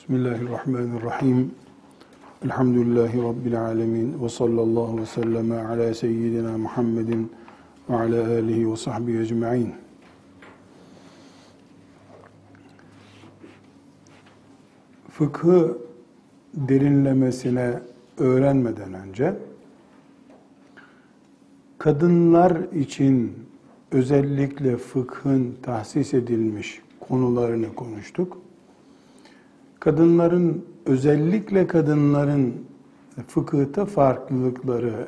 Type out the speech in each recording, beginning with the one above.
Bismillahirrahmanirrahim. Elhamdülillahi Rabbil alemin. Ve sallallahu ve sellem ala seyyidina Muhammedin ve ala alihi ve sahbihi ecma'in. Fıkhı derinlemesine öğrenmeden önce kadınlar için özellikle fıkhın tahsis edilmiş konularını konuştuk. Özellikle kadınların fıkıhta farklılıkları,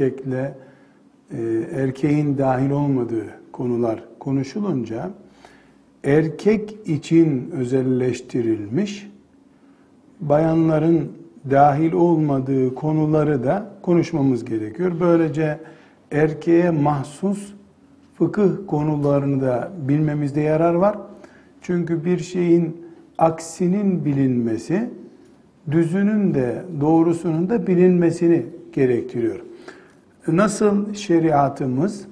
erkeğin dahil olmadığı konular konuşulunca erkek için özelleştirilmiş, bayanların dahil olmadığı konuları da konuşmamız gerekiyor. Böylece erkeğe mahsus fıkıh konularını da bilmemizde yarar var. Çünkü bir şeyin aksinin bilinmesi, düzünün de doğrusunun da bilinmesini gerektiriyor. Nasıl şeriatımız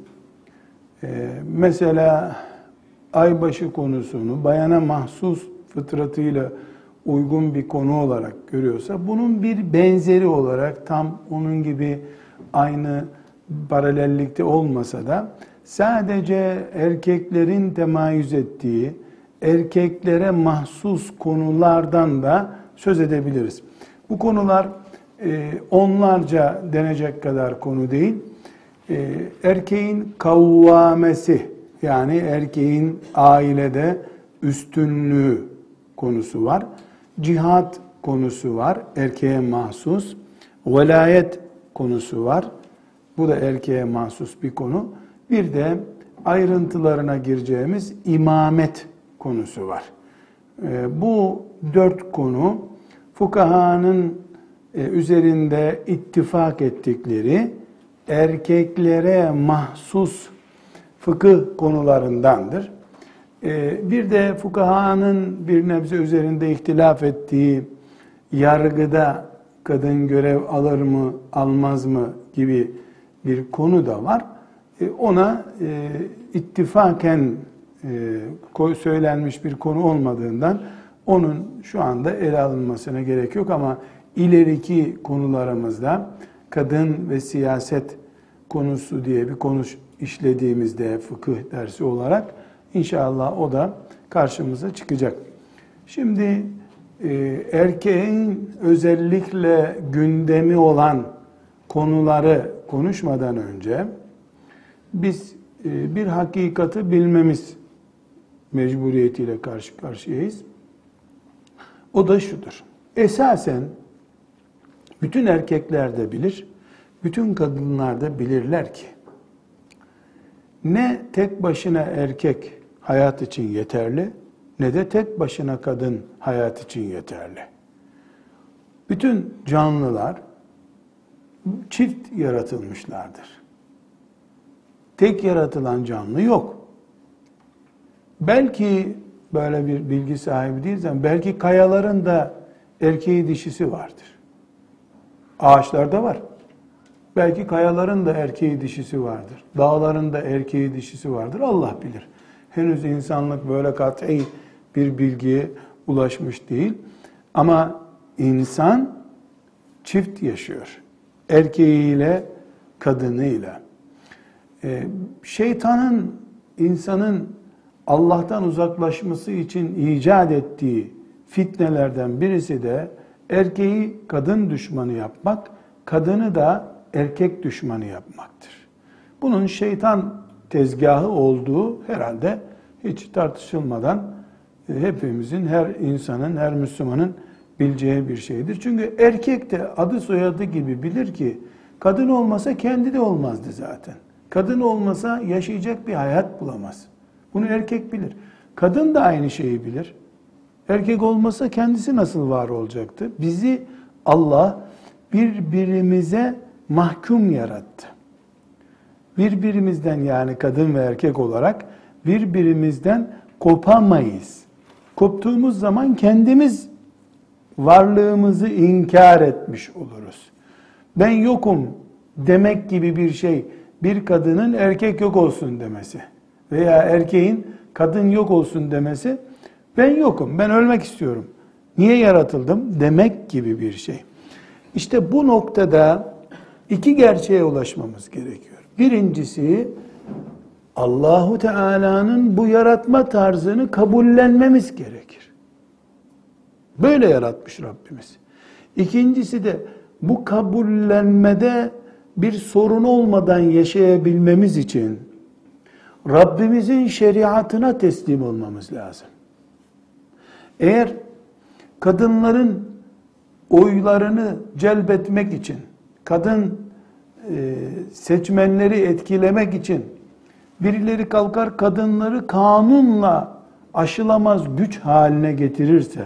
mesela aybaşı konusunu bayana mahsus fıtratıyla uygun bir konu olarak görüyorsa, bunun bir benzeri olarak tam onun gibi aynı paralellikte olmasa da sadece erkeklerin temayüz ettiği, erkeklere mahsus konulardan da söz edebiliriz. Bu konular onlarca denecek kadar konu değil. Erkeğin kavvamesi, yani erkeğin ailede üstünlüğü konusu var. Cihat konusu var, erkeğe mahsus. Velayet konusu var. Bu da erkeğe mahsus bir konu. Bir de ayrıntılarına gireceğimiz imamet konusu var. Bu 4 konu fukahanın üzerinde ittifak ettikleri erkeklere mahsus fıkıh konularındandır. Bir de fukahanın bir nebze üzerinde ihtilaf ettiği yargıda kadın görev alır mı almaz mı gibi bir konu da var. Ona ittifaken söylenmiş bir konu olmadığından onun şu anda ele alınmasına gerek yok, ama ileriki konularımızda kadın ve siyaset konusu diye bir konu işlediğimizde fıkıh dersi olarak inşallah o da karşımıza çıkacak. Şimdi erkeğin özellikle gündemi olan konuları konuşmadan önce biz bir hakikati bilmemiz mecburiyetiyle karşı karşıyayız. O da şudur: esasen bütün erkekler de bilir, bütün kadınlar da bilirler ki ne tek başına erkek hayat için yeterli, ne de tek başına kadın hayat için yeterli. Bütün canlılar çift yaratılmışlardır. Tek yaratılan canlı yok. Belki böyle bir bilgi sahibi değilsen, belki kayaların da erkeği dişisi vardır. Ağaçlarda var. Belki kayaların da erkeği dişisi vardır. Dağların da erkeği dişisi vardır. Allah bilir. Henüz insanlık böyle kat'i bir bilgiye ulaşmış değil. Ama insan çift yaşıyor. Erkeğiyle, kadınıyla. Şeytanın insanın Allah'tan uzaklaşması için icat ettiği fitnelerden birisi de erkeği kadın düşmanı yapmak, kadını da erkek düşmanı yapmaktır. Bunun şeytan tezgahı olduğu herhalde hiç tartışılmadan hepimizin, her insanın, her Müslümanın bileceği bir şeydir. Çünkü erkek de adı soyadı gibi bilir ki kadın olmasa kendi de olmazdı zaten. Kadın olmasa yaşayacak bir hayat bulamaz. Bunu erkek bilir. Kadın da aynı şeyi bilir. Erkek olmasa kendisi nasıl var olacaktı? Bizi Allah birbirimize mahkum yarattı. Birbirimizden, yani kadın ve erkek olarak birbirimizden kopamayız. Koptuğumuz zaman kendimiz varlığımızı inkar etmiş oluruz. Ben yokum demek gibi bir şey, bir kadının erkek yok olsun demesi veya erkeğin kadın yok olsun demesi, ben yokum, ben ölmek istiyorum Niye yaratıldım demek gibi bir şey. İşte bu noktada iki gerçeğe ulaşmamız gerekiyor. Birincisi, Allahu Teala'nın bu yaratma tarzını kabullenmemiz gerekir. Böyle yaratmış Rabbimiz. İkincisi de bu kabullenmede bir sorun olmadan yaşayabilmemiz için Rabbimizin şeriatına teslim olmamız lazım. Eğer kadınların oylarını celbetmek için, kadın seçmenleri etkilemek için birileri kalkar kadınları kanunla aşılamaz güç haline getirirse,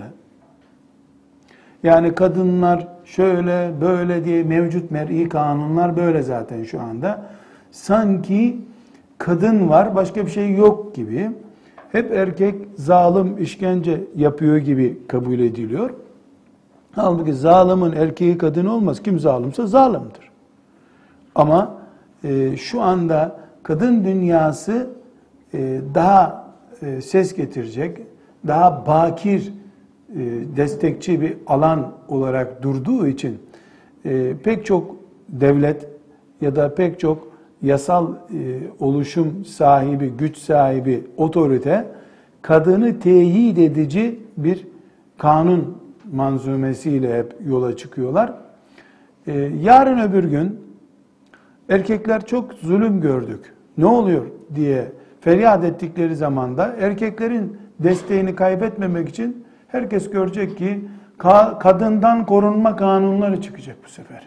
yani kadınlar şöyle böyle diye mevcut mer'i kanunlar böyle zaten şu anda, sanki kadın var başka bir şey yok gibi, hep erkek zalim işkence yapıyor gibi kabul ediliyor. Halbuki zalimin erkeği kadın olmaz. Kim zalimse zalimdir. Ama şu anda kadın dünyası daha ses getirecek, daha bakir, destekçi bir alan olarak durduğu için pek çok devlet ya da pek çok yasal oluşum sahibi, güç sahibi otorite kadını teyit edici bir kanun manzumesiyle hep yola çıkıyorlar. Yarın öbür gün erkekler çok zulüm gördük, ne oluyor diye feryat ettikleri zamanda erkeklerin desteğini kaybetmemek için herkes görecek ki kadından korunma kanunları çıkacak bu sefer.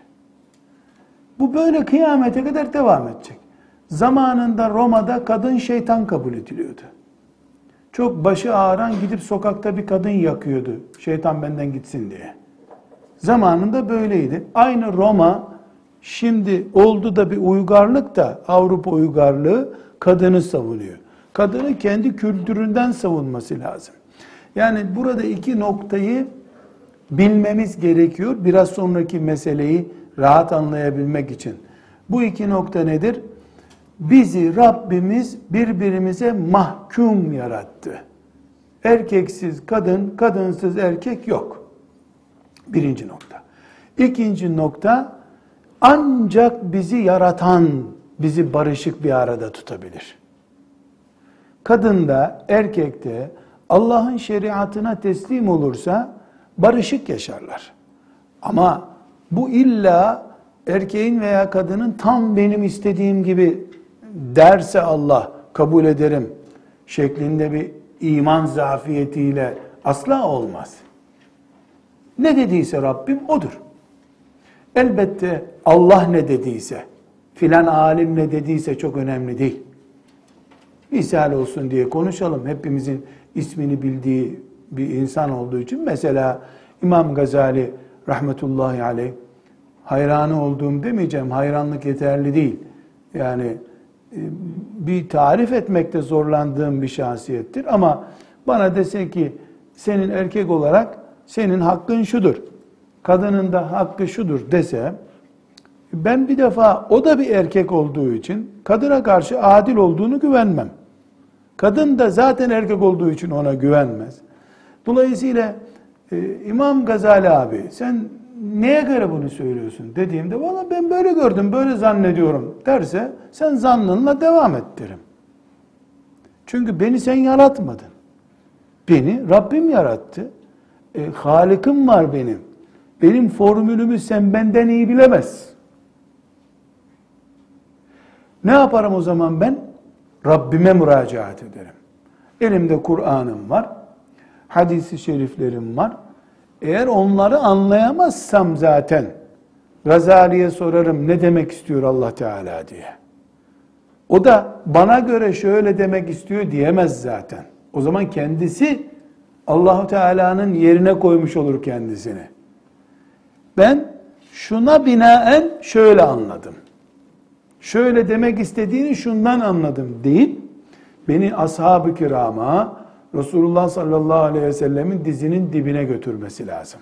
Bu böyle kıyamete kadar devam edecek. Zamanında Roma'da kadın şeytan kabul ediliyordu. Çok başı ağrıyan gidip sokakta bir kadın yakıyordu. Şeytan benden gitsin diye. Zamanında böyleydi. Aynı Roma şimdi oldu da bir uygarlık da Avrupa uygarlığı kadını savunuyor. Kadını kendi kültüründen savunması lazım. Yani burada iki noktayı bilmemiz gerekiyor. Biraz sonraki meseleyi rahat anlayabilmek için. Bu iki nokta nedir? Bizi Rabbimiz birbirimize mahkum yarattı. Erkeksiz kadın, kadınsız erkek yok. Birinci nokta. İkinci nokta, ancak bizi yaratan bizi barışık bir arada tutabilir. Kadında, erkekte Allah'ın şeriatına teslim olursa barışık yaşarlar. Ama bu illa erkeğin veya kadının tam benim istediğim gibi derse Allah kabul ederim şeklinde bir iman zafiyetiyle asla olmaz. Ne dediyse Rabbim odur. Elbette Allah ne dediyse, filan alim ne dediyse çok önemli değil. Misal olsun diye konuşalım. Hepimizin ismini bildiği bir insan olduğu için. Mesela İmam Gazali rahmetullahi aleyh, hayranı olduğum demeyeceğim, hayranlık yeterli değil. Yani bir tarif etmekte zorlandığım bir şahsiyettir. Ama bana dese ki senin erkek olarak senin hakkın şudur, kadının da hakkı şudur dese, ben bir defa o da bir erkek olduğu için kadına karşı adil olduğunu güvenmem. Kadın da zaten erkek olduğu için ona güvenmez. Dolayısıyla İmam Gazali abi sen neye göre bunu söylüyorsun dediğimde valla ben böyle gördüm, böyle zannediyorum derse sen zannınla devam et derim. Çünkü beni sen yaratmadın. Beni Rabbim yarattı. Halik'im var benim. Benim formülümü sen benden iyi bilemezsin. Ne yaparım o zaman ben? Rabbime müracaat ederim. Elimde Kur'an'ım var. Hadis-i şeriflerim var. Eğer onları anlayamazsam zaten Gazali'ye sorarım ne demek istiyor Allah Teala diye. O da bana göre şöyle demek istiyor diyemez zaten. O zaman kendisi Allah Teala'nın yerine koymuş olur kendisini. Ben şuna binaen şöyle anladım. Şöyle demek istediğini şundan anladım deyip beni ashab-ı kirama Resulullah sallallahu aleyhi ve sellemin dizinin dibine götürmesi lazım.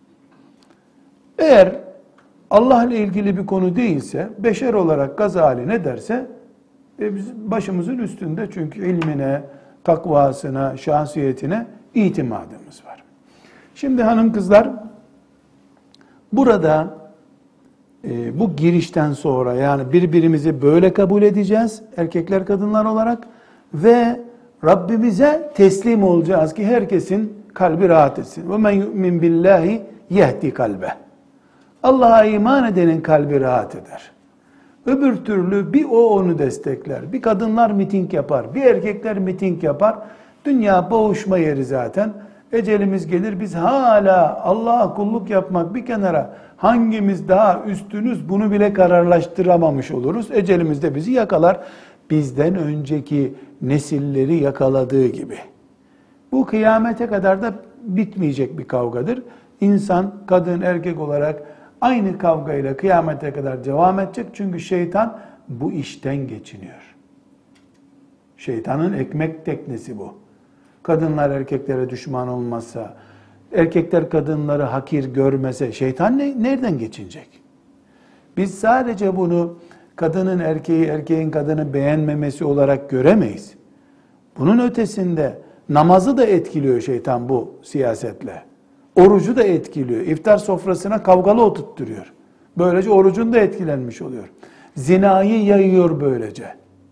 Eğer Allah ile ilgili bir konu değilse, beşer olarak Gazali ne derse biz başımızın üstünde, çünkü ilmine, takvasına, şahsiyetine itimadımız var. Şimdi hanım kızlar, burada bu girişten sonra yani birbirimizi böyle kabul edeceğiz erkekler kadınlar olarak ve Rabbimize teslim olacağız ki herkesin kalbi rahat etsin. Ve men yu'min billahi yehdi kalbe. Allah'a iman edenin kalbi rahat eder. Öbür türlü bir o onu destekler. Bir kadınlar miting yapar, bir erkekler miting yapar. Dünya boğuşma yeri zaten. Ecelimiz gelir, biz hala Allah'a kulluk yapmak bir kenara, hangimiz daha üstünüz bunu bile kararlaştıramamış oluruz. Ecelimiz de bizi yakalar. Bizden önceki nesilleri yakaladığı gibi. Bu kıyamete kadar da bitmeyecek bir kavgadır. İnsan, kadın, erkek olarak aynı kavgayla kıyamete kadar devam edecek. Çünkü şeytan bu işten geçiniyor. Şeytanın ekmek teknesi bu. Kadınlar erkeklere düşman olmazsa, erkekler kadınları hakir görmese şeytan nereden geçinecek? Biz sadece bunu kadının erkeği, erkeğin kadını beğenmemesi olarak göremeyiz. Bunun ötesinde namazı da etkiliyor şeytan bu siyasetle. Orucu da etkiliyor. İftar sofrasına kavgalı oturtturuyor. Böylece orucun da etkilenmiş oluyor. Zinayı yayıyor böylece.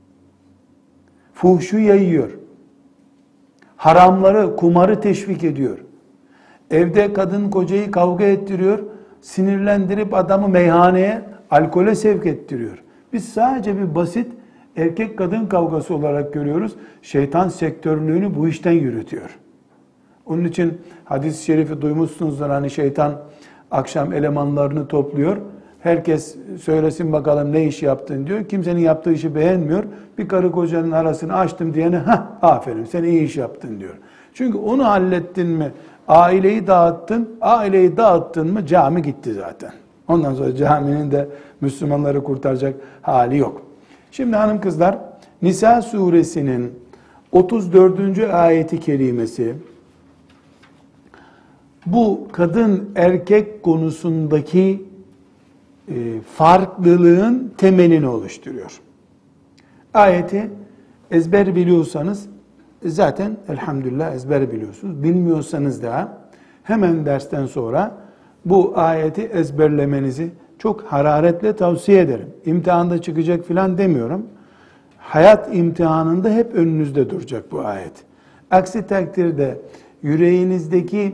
Fuhşu yayıyor. Haramları, kumarı teşvik ediyor. Evde kadın kocayı kavga ettiriyor. Sinirlendirip adamı meyhaneye, alkole sevk ettiriyor. Biz sadece bir basit erkek kadın kavgası olarak görüyoruz. Şeytan sektörlüğünü bu işten yürütüyor. Onun için hadis-i şerifi duymuşsunuzdur. Hani şeytan akşam elemanlarını topluyor. Herkes söylesin bakalım ne iş yaptın diyor. Kimsenin yaptığı işi beğenmiyor. Bir karı kocanın arasını açtım diyene aferin sen iyi iş yaptın diyor. Çünkü onu hallettin mi aileyi dağıttın. Aileyi dağıttın mı cami gitti zaten. Ondan sonra caminin de Müslümanları kurtaracak hali yok. Şimdi hanım kızlar, Nisa suresinin 34. ayeti kerimesi bu kadın erkek konusundaki farklılığın temelini oluşturuyor. Ayeti ezber biliyorsanız zaten elhamdülillah ezber biliyorsunuz. Bilmiyorsanız da hemen dersten sonra bu ayeti ezberlemenizi çok hararetle tavsiye ederim. İmtihanda çıkacak filan demiyorum. Hayat imtihanında hep önünüzde duracak bu ayet. Aksi takdirde yüreğinizdeki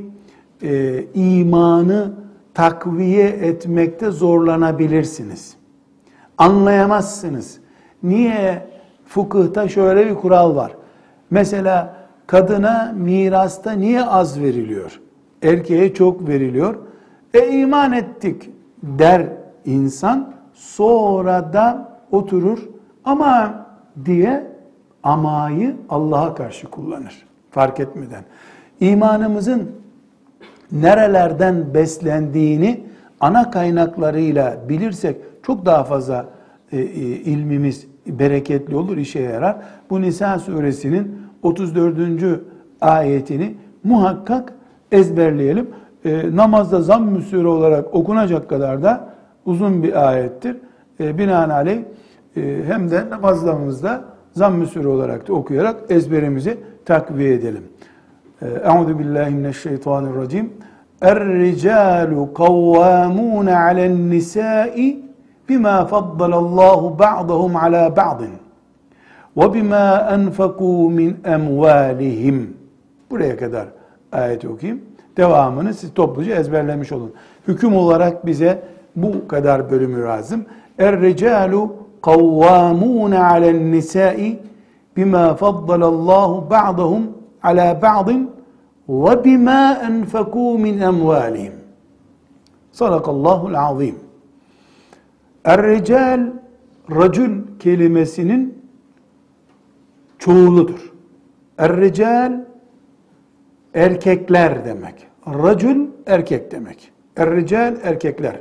imanı takviye etmekte zorlanabilirsiniz. Anlayamazsınız. Niye fıkıhta şöyle bir kural var. Mesela kadına mirasta niye az veriliyor? Erkeğe çok veriliyor. İman ettik der insan, sonra da oturur ama diye amayı Allah'a karşı kullanır. Fark etmeden. İmanımızın nerelerden beslendiğini ana kaynaklarıyla bilirsek çok daha fazla ilmimiz bereketli olur, işe yarar. Bu Nisa suresinin 34. ayetini muhakkak ezberleyelim. Namazda zamm-ı sure olarak okunacak kadar da uzun bir ayettir. Binaenaleyh hem de namazlarımızda zamm-ı sure olarak da okuyarak ezberimizi takviye edelim. Euzu billahi mineşşeytanirracim. Er-ricalu kavvamun ale'n-nisâ'i bima faddalallahu ba'dahum ala ba'din ve bima enfekû min emvâlihim. Buraya kadar ayeti okuyayım. Devamını siz topluca ezberlemiş olun. Hüküm olarak bize bu kadar bölümü lazım. Er-ricalu kavvamun ale'n-nisâ'i bima faddalallahu ba'dahum ala ba'din ve bima enfekû min emvâlihim. Sadakallahul azim. Er-rical, racul kelimesinin çoğuludur. Er-rical, erkekler demek. Racul, erkek demek. Er-rical, erkekler.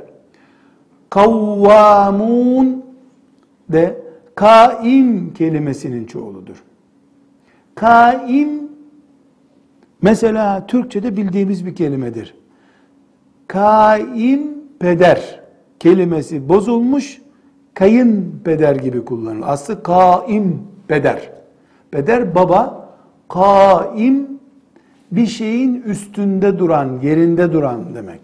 Kavvamun de kaim kelimesinin çoğuludur. Kaim, mesela Türkçe'de bildiğimiz bir kelimedir. Kaim, peder kelimesi bozulmuş, kayınpeder gibi kullanılır. Aslı kaim, peder. Peder baba, kaim bir şeyin üstünde duran, yerinde duran demek.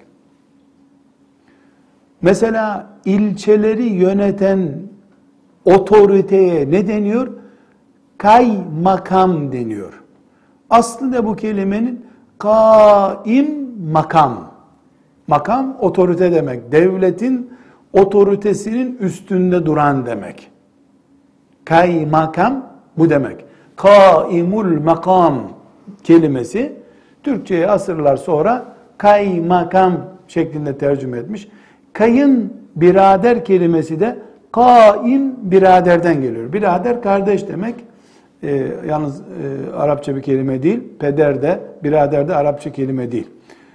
Mesela ilçeleri yöneten otoriteye ne deniyor? Kaymakam deniyor. Aslında bu kelimenin kaim makam. Makam otorite demek. Devletin otoritesinin üstünde duran demek. Kaymakam bu demek. Kaimul makam kelimesi Türkçe'ye asırlar sonra kaymakam şeklinde tercüme etmiş. Kayın birader kelimesi de kaim biraderden geliyor. Birader kardeş demek. Yalnız Arapça bir kelime değil. Peder de birader de Arapça kelime değil.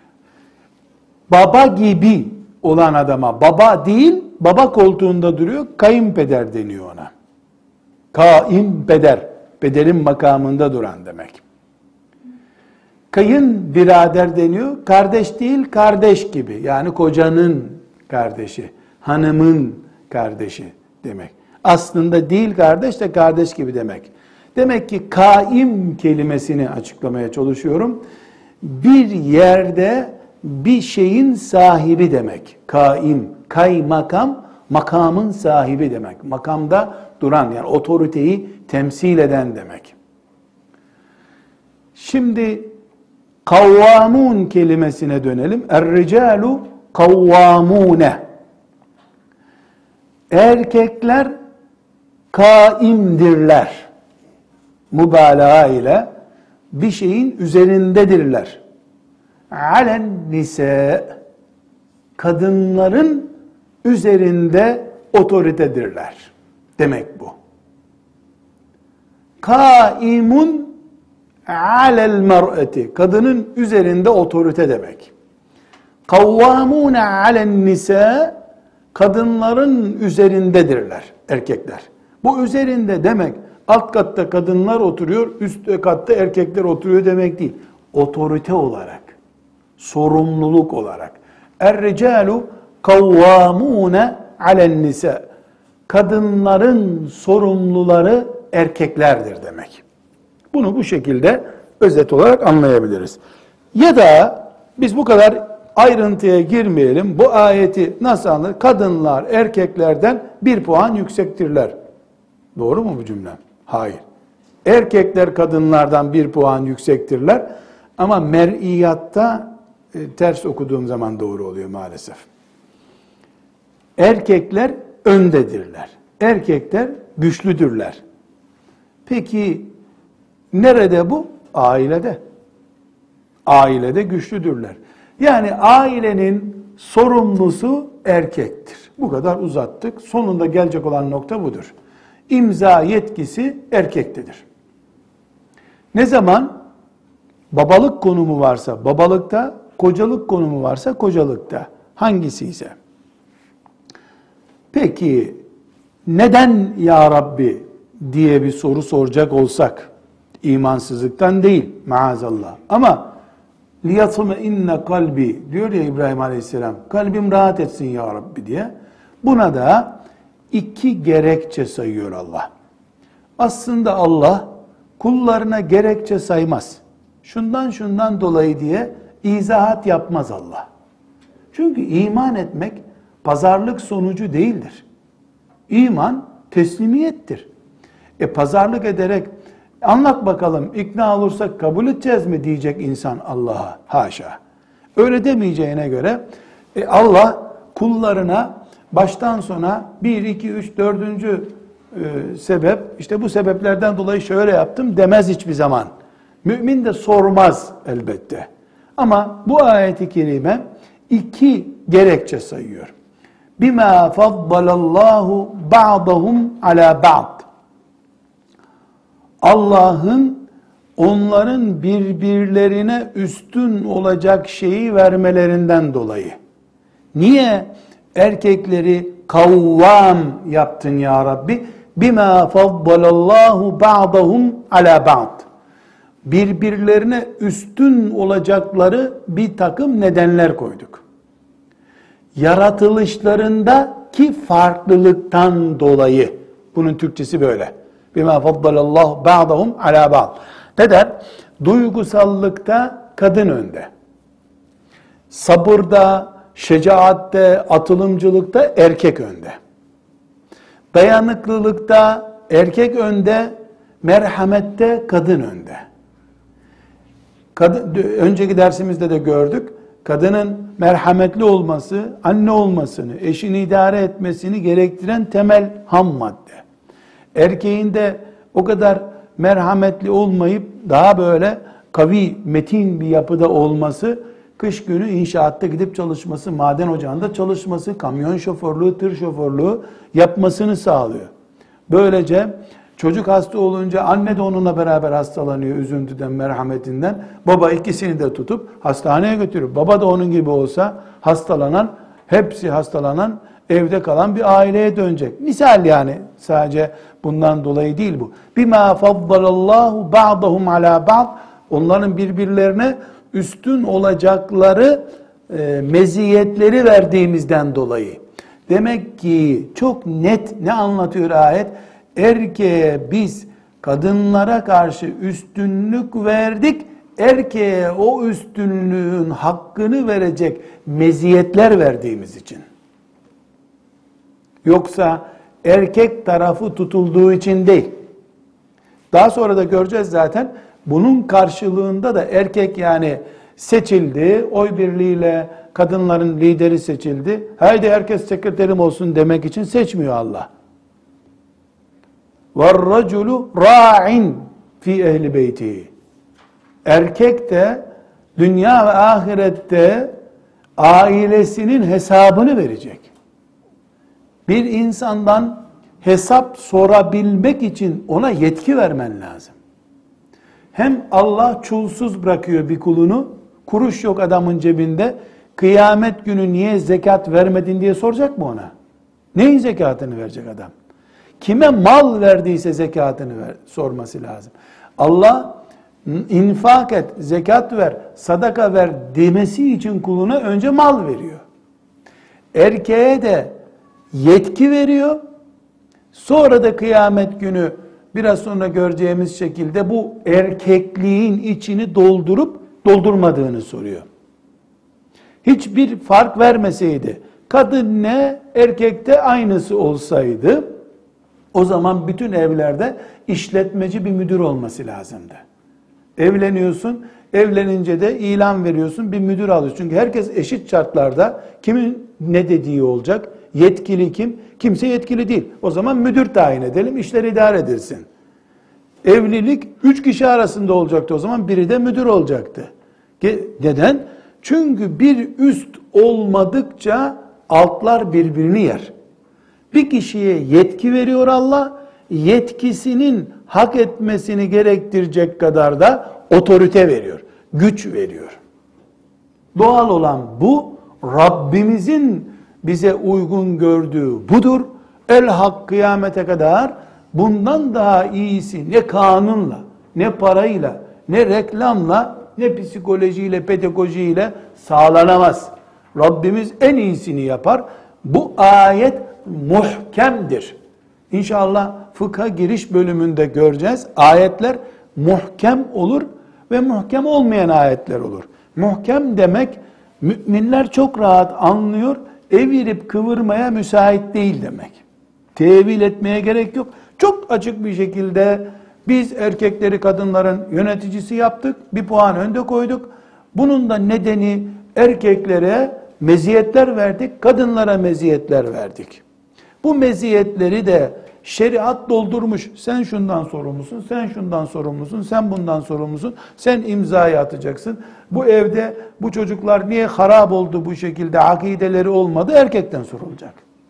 Baba gibi olan adama baba değil, baba koltuğunda duruyor, kayınpeder deniyor ona. Kayınpeder, pederin makamında duran demek. Kayın birader deniyor, kardeş değil, kardeş gibi. Yani kocanın kardeşi, hanımın kardeşi demek. Aslında değil kardeş de kardeş gibi demek. Demek ki kaim kelimesini açıklamaya çalışıyorum. Bir yerde bir şeyin sahibi demek. Kaim, kaymakam, makamın sahibi demek. Makamda duran, yani otoriteyi temsil eden demek. Şimdi kavvamun kelimesine dönelim. Er-ricalu kavvamune. Erkekler kaimdirler. Mübalağa ile bir şeyin üzerindedirler. Alen nisa, kadınların üzerinde otoritedirler demek bu. Kaimun alel mer'ati, kadının üzerinde otorite demek. Kavvamun alen nisa, kadınların üzerindedirler erkekler. Bu üzerinde demek alt katta kadınlar oturuyor, üst katta erkekler oturuyor demek değil. Otorite olarak, sorumluluk olarak. Er-ricalu kavvamune alen nisa. Kadınların sorumluları erkeklerdir demek. Bunu bu şekilde özet olarak anlayabiliriz. Ya da biz bu kadar ayrıntıya girmeyelim. Bu ayeti nasıl anlar? Kadınlar erkeklerden 1 puan yüksektirler. Doğru mu bu cümle? Hayır. Erkekler kadınlardan 1 puan yüksektirler. Ama mer'iyatta ters okuduğum zaman doğru oluyor maalesef. Erkekler öndedirler. Erkekler güçlüdürler. Peki nerede bu? Ailede. Ailede güçlüdürler. Yani ailenin sorumlusu erkektir. Bu kadar uzattık. Sonunda gelecek olan nokta budur. İmza yetkisi erkektedir. Ne zaman babalık konumu varsa babalıkta, kocalık konumu varsa kocalıkta. Hangisi ise. Peki neden ya Rabbi diye bir soru soracak olsak, imansızlıktan değil maazallah, ama liyatma'inne kalbi diyor ya İbrahim Aleyhisselam, kalbim rahat etsin ya Rabbi diye. Buna da 2 gerekçe sayıyor Allah. Aslında Allah kullarına gerekçe saymaz. Şundan dolayı diye izahat yapmaz Allah. Çünkü iman etmek pazarlık sonucu değildir. İman teslimiyettir. Pazarlık ederek anlat bakalım, ikna olursak kabul edeceğiz mi diyecek insan Allah'a? Haşa. Öyle demeyeceğine göre Allah kullarına baştan sona 1, 2, 3, 4. Sebep, işte bu sebeplerden dolayı şöyle yaptım demez hiçbir zaman. Mümin de sormaz elbette. Ama bu ayet-i kerime 2 gerekçe sayıyor. Bima faddalallahu ba'dahum ala ba'd. Allah'ın onların birbirlerine üstün olacak şeyi vermelerinden dolayı. Niye erkekleri kavvam yaptın ya Rabbi? Bima faddalallahu ba'dahum ala ba'd. Birbirlerine üstün olacakları bir takım nedenler koyduk. Yaratılışlarındaki farklılıktan dolayı. Bunun Türkçesi böyle. Bima faddalallahu ba'dahum ala ba'd. Neden? Duygusallıkta kadın önde. Sabırda, şecaatte, atılımcılıkta erkek önde. Dayanıklılıkta erkek önde, merhamette kadın önde. Önceki dersimizde de gördük. Kadının merhametli olması, anne olmasını, eşini idare etmesini gerektiren temel ham madde. Erkeğin de o kadar merhametli olmayıp daha böyle kavi, metin bir yapıda olması, kış günü inşaatta gidip çalışması, maden ocağında çalışması, kamyon şoförlüğü, tır şoförlüğü yapmasını sağlıyor. Böylece çocuk hasta olunca anne de onunla beraber hastalanıyor üzüntüden, merhametinden. Baba ikisini de tutup hastaneye götürüyor. Baba da onun gibi olsa hepsi hastalanan, evde kalan bir aileye dönecek. Misal yani, sadece bundan dolayı değil bu. Bima faddalallahu ba'dahum ala ba'd, onların birbirlerine üstün olacakları meziyetleri verdiğimizden dolayı. Demek ki çok net ne anlatıyor ayet? Erkeğe biz kadınlara karşı üstünlük verdik. Erkeğe o üstünlüğün hakkını verecek meziyetler verdiğimiz için. Yoksa erkek tarafı tutulduğu için değil. Daha sonra da göreceğiz zaten. Bunun karşılığında da erkek yani seçildi, oy birliğiyle kadınların lideri seçildi. Haydi herkes sekreterim olsun demek için seçmiyor Allah. وَالرَّجُلُ رَاعٍ fi ehli beyti. Erkek de dünya ve ahirette ailesinin hesabını verecek. Bir insandan hesap sorabilmek için ona yetki vermen lazım. Hem Allah çulsuz bırakıyor bir kulunu, kuruş yok adamın cebinde, kıyamet günü niye zekat vermedin diye soracak mı ona? Neyin zekatını verecek adam? Kime mal verdiyse zekatını sorması lazım. Allah infak et, zekat ver, sadaka ver demesi için kuluna önce mal veriyor. Erkeğe de yetki veriyor. Sonra da kıyamet günü biraz sonra göreceğimiz şekilde bu erkekliğin içini doldurup doldurmadığını soruyor. Hiçbir fark vermeseydi, kadın ne, erkekte aynısı olsaydı, o zaman bütün evlerde işletmeci bir müdür olması lazımdı. Evleniyorsun, evlenince de ilan veriyorsun, bir müdür alıyorsun. Çünkü herkes eşit şartlarda kimin ne dediği olacak, yetkili kim? Kimse yetkili değil. O zaman müdür tayin edelim, işleri idare edilsin. Evlilik 3 kişi arasında olacaktı, o zaman biri de müdür olacaktı. Neden? Çünkü bir üst olmadıkça altlar birbirini yer. Bir kişiye yetki veriyor Allah, yetkisinin hak etmesini gerektirecek kadar da otorite veriyor, güç veriyor. Doğal olan bu, Rabbimizin bize uygun gördüğü budur. El-Hak kıyamete kadar bundan daha iyisi ne kanunla, ne parayla, ne reklamla, ne psikolojiyle, pedagojiyle sağlanamaz. Rabbimiz en iyisini yapar. Bu ayet muhkemdir. İnşallah fıkha giriş bölümünde göreceğiz. Ayetler muhkem olur ve muhkem olmayan ayetler olur. Muhkem demek, müminler çok rahat anlıyor, evirip kıvırmaya müsait değil demek. Tevil etmeye gerek yok. Çok açık bir şekilde biz erkekleri kadınların yöneticisi yaptık, bir puan önde koyduk. Bunun da nedeni erkeklere meziyetler verdik, kadınlara meziyetler verdik. Bu meziyetleri de şeriat doldurmuş. Sen şundan sorumlusun, sen şundan sorumlusun, sen bundan sorumlusun, sen imzayı atacaksın. Bu evde bu çocuklar niye harap oldu bu şekilde, akideleri olmadı, erkekten sorulacak.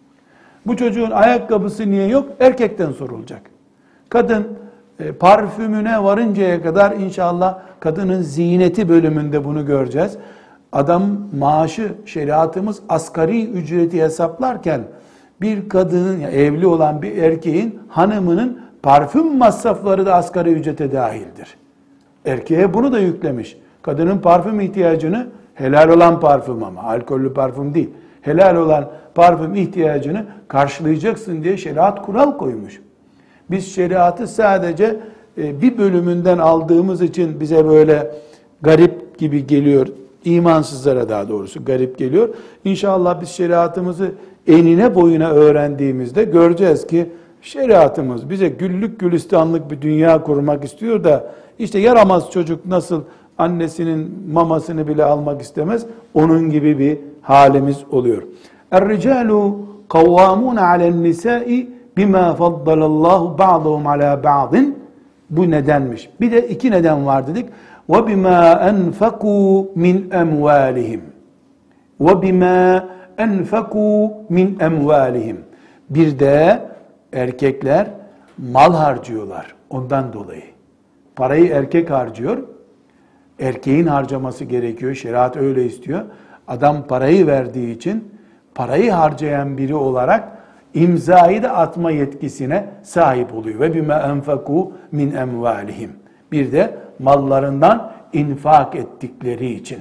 Bu çocuğun ayakkabısı niye yok, erkekten sorulacak. Kadın parfümüne varıncaya kadar inşallah kadının ziyneti bölümünde bunu göreceğiz. Adam maaşı, şeriatımız asgari ücreti hesaplarken bir kadının, evli olan bir erkeğin hanımının parfüm masrafları da asgari ücrete dahildir. Erkeğe bunu da yüklemiş. Kadının parfüm ihtiyacını, helal olan parfüm ama alkollü parfüm değil, helal olan parfüm ihtiyacını karşılayacaksın diye şeriat kural koymuş. Biz şeriatı sadece bir bölümünden aldığımız için bize böyle garip garip gibi geliyor. İmansızlara daha doğrusu garip geliyor. İnşallah biz şeriatımızı enine boyuna öğrendiğimizde göreceğiz ki şeriatımız bize güllük gülistanlık bir dünya kurmak istiyor da işte yaramaz çocuk nasıl annesinin mamasını bile almak istemez, onun gibi bir halimiz oluyor. Er-ricalu kavvamun alen nisai bima faddalallahu ba'dahum ala ba'din. Bu nedenmiş. Bir de iki neden var dedik. Ve bima enfeku min emvalihim. Ve bima enfeku min emvalihim. Bir de erkekler mal harcıyorlar. Ondan dolayı. Parayı erkek harcıyor. Erkeğin harcaması gerekiyor. Şeriat öyle istiyor. Adam parayı verdiği için parayı harcayan biri olarak imzayı da atma yetkisine sahip oluyor. Ve bima enfeku min emvalihim. Bir de mallarından infak ettikleri için.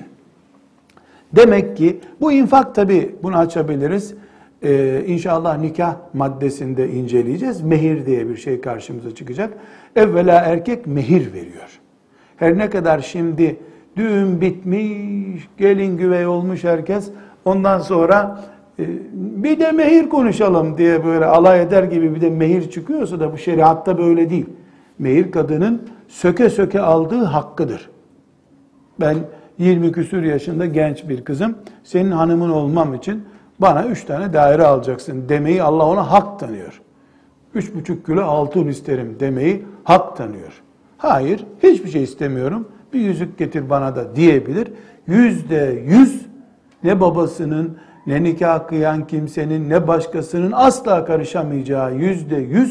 Demek ki bu infak, tabi bunu açabiliriz. İnşallah nikah maddesinde inceleyeceğiz. Mehir diye bir şey karşımıza çıkacak. Evvela erkek mehir veriyor. Her ne kadar şimdi düğün bitmiş, gelin güvey olmuş herkes, ondan sonra bir de mehir konuşalım diye böyle alay eder gibi bir de mehir çıkıyorsa da bu şeriatta böyle değil. Mehir kadının söke söke aldığı hakkıdır. Ben 20 küsur yaşında genç bir kızım, senin hanımın olmam için bana 3 tane daire alacaksın demeyi Allah ona hak tanıyor. 3,5 kilo altın isterim demeyi hak tanıyor. Hayır, hiçbir şey istemiyorum, bir yüzük getir bana da diyebilir. %100 ne babasının, ne nikah kıyan kimsenin, ne başkasının asla karışamayacağı %100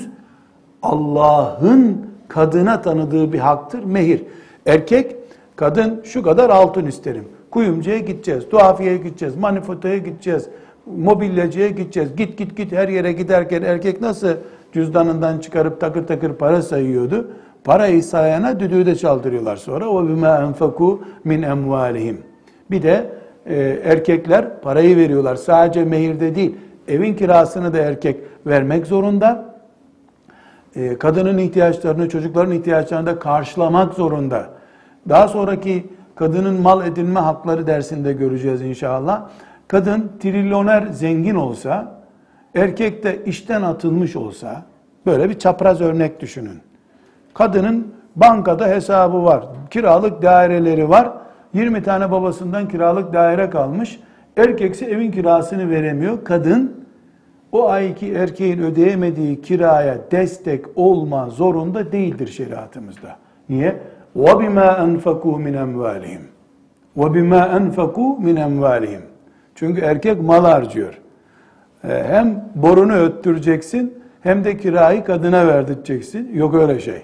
Allah'ın kadına tanıdığı bir haktır mehir. Erkek, kadın şu kadar altın isterim. Kuyumcuya gideceğiz, tuhafiyeye gideceğiz, manifaturaya gideceğiz, mobilyacıya gideceğiz. Git her yere giderken erkek nasıl cüzdanından çıkarıp takır takır para sayıyordu? Parayı sayana düdüğü de çaldırıyorlar sonra. O bima enfaku min emvalihim. Bir de erkekler parayı veriyorlar. Sadece mehirde değil. Evin kirasını da erkek vermek zorunda. Kadının ihtiyaçlarını, çocukların ihtiyaçlarını da karşılamak zorunda. Daha sonraki kadının mal edinme hakları dersinde göreceğiz inşallah. Kadın trilyoner zengin olsa, erkek de işten atılmış olsa, böyle bir çapraz örnek düşünün. Kadının bankada hesabı var, kiralık daireleri var, 20 tane babasından kiralık daire kalmış, erkekse evin kirasını veremiyor. Kadın o ayki erkeğin ödeyemediği kiraya destek olma zorunda değildir şeriatımızda. Niye? وَبِمَا أَنْفَقُوا مِنْ اَمْوَالِهِمْ وَبِمَا أَنْفَقُوا مِنْ اَمْوَالِهِمْ. Çünkü erkek mal harcıyor. Hem borunu öttüreceksin, hem de kirayı kadına verdireceksin. Yok öyle şey.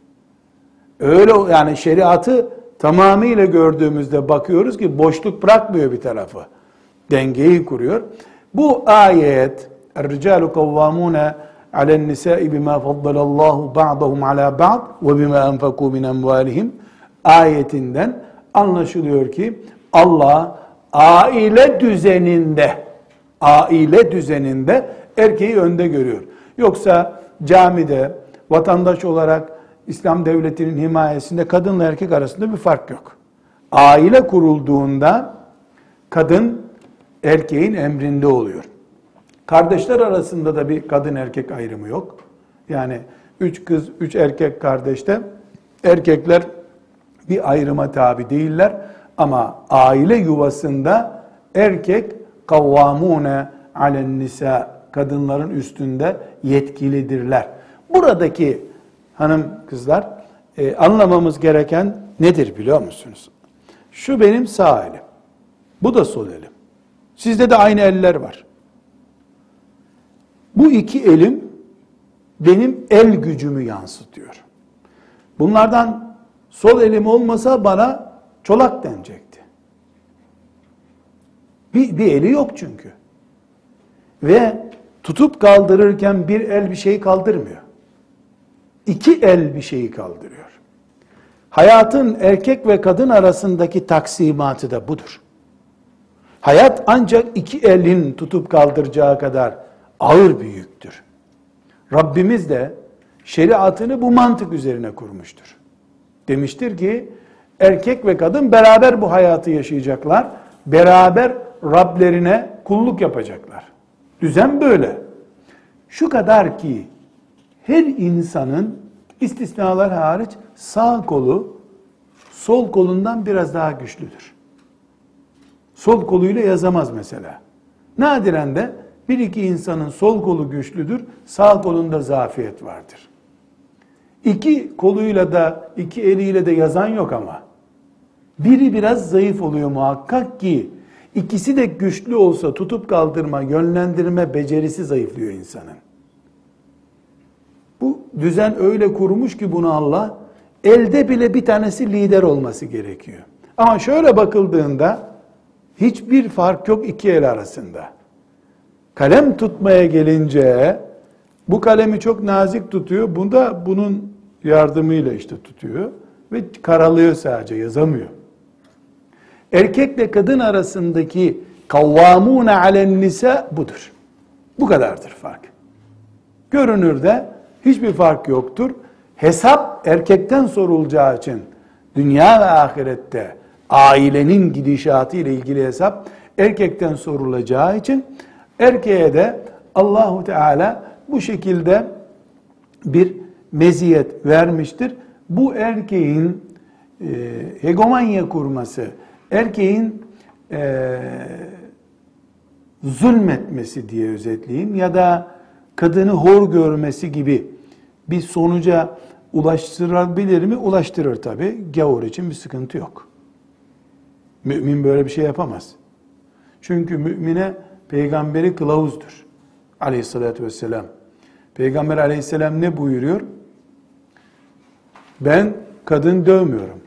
Öyle, yani şeriatı tamamıyla gördüğümüzde bakıyoruz ki boşluk bırakmıyor bir tarafı. Dengeyi kuruyor. Bu ayet الرِّجَالُ قَوَّامُونَ عَلَى النِّسَاءِ بِمَا فَضَّلَ اللّٰهُ بَعْضَهُمْ عَلَى بَعْضٍ وَبِمَا أَنْفَقُوا مِنْ اَمْوَالِهِمْ ayetinden anlaşılıyor ki Allah aile düzeninde erkeği önde görüyor. Yoksa camide vatandaş olarak İslam devletinin himayesinde kadınla erkek arasında bir fark yok. Aile kurulduğunda kadın erkeğin emrinde oluyor. Kardeşler arasında da bir kadın erkek ayrımı yok. Yani 3 kız, 3 erkek kardeşte erkekler bir ayrıma tabi değiller. Ama aile yuvasında erkek kavvamune alen nisa, kadınların üstünde yetkilidirler. Buradaki hanım kızlar anlamamız gereken nedir biliyor musunuz? Şu benim sağ elim. Bu da sol elim. Sizde de aynı eller var. Bu iki elim benim el gücümü yansıtıyor. Bunlardan sol elim olmasa bana çolak denecekti. Bir eli yok çünkü. Ve tutup kaldırırken bir el bir şeyi kaldırmıyor. İki el bir şeyi kaldırıyor. Hayatın erkek ve kadın arasındaki taksimatı da budur. Hayat ancak iki elin tutup kaldıracağı kadar ağır bir yüktür. Rabbimiz de şeriatını bu mantık üzerine kurmuştur. Demiştir ki Erkek ve kadın beraber bu hayatı yaşayacaklar. Beraber Rablerine kulluk yapacaklar. Düzen böyle. Şu kadar ki her insanın istisnalar hariç sağ kolu sol kolundan biraz daha güçlüdür. Sol koluyla yazamaz mesela. Nadiren de bir iki insanın sol kolu güçlüdür, sağ kolunda zafiyet vardır. İki koluyla da, iki eliyle de yazan yok ama. Biri biraz zayıf oluyor muhakkak ki, ikisi de güçlü olsa tutup kaldırma, yönlendirme becerisi zayıflıyor insanın. Bu düzen öyle kurmuş ki bunu Allah, elde bile bir tanesi lider olması gerekiyor. Ama şöyle bakıldığında, hiçbir fark yok iki el arasında. Kalem tutmaya gelince, bu kalemi çok nazik tutuyor, bunda bunun yardımıyla işte tutuyor ve karalıyor sadece, yazamıyor. Erkekle kadın arasındaki kavvamune alen nisa budur. Bu kadardır fark. Görünürde hiçbir fark yoktur. Hesap erkekten sorulacağı için dünya ve ahirette ailenin gidişatı ile ilgili hesap erkekten sorulacağı için erkeğe de Allahu Teala bu şekilde bir meziyet vermiştir. Bu erkeğin hegemonya kurması, erkeğin zulmetmesi diye özetleyeyim ya da kadını hor görmesi gibi bir sonuca ulaştırabilir mi? Ulaştırır tabi. Gavur için bir sıkıntı yok. Mümin böyle bir şey yapamaz. Çünkü mümine peygamberi kılavuzdur. Aleyhissalatü vesselam. Peygamber aleyhisselam ne buyuruyor? Ben kadın dövmüyorum.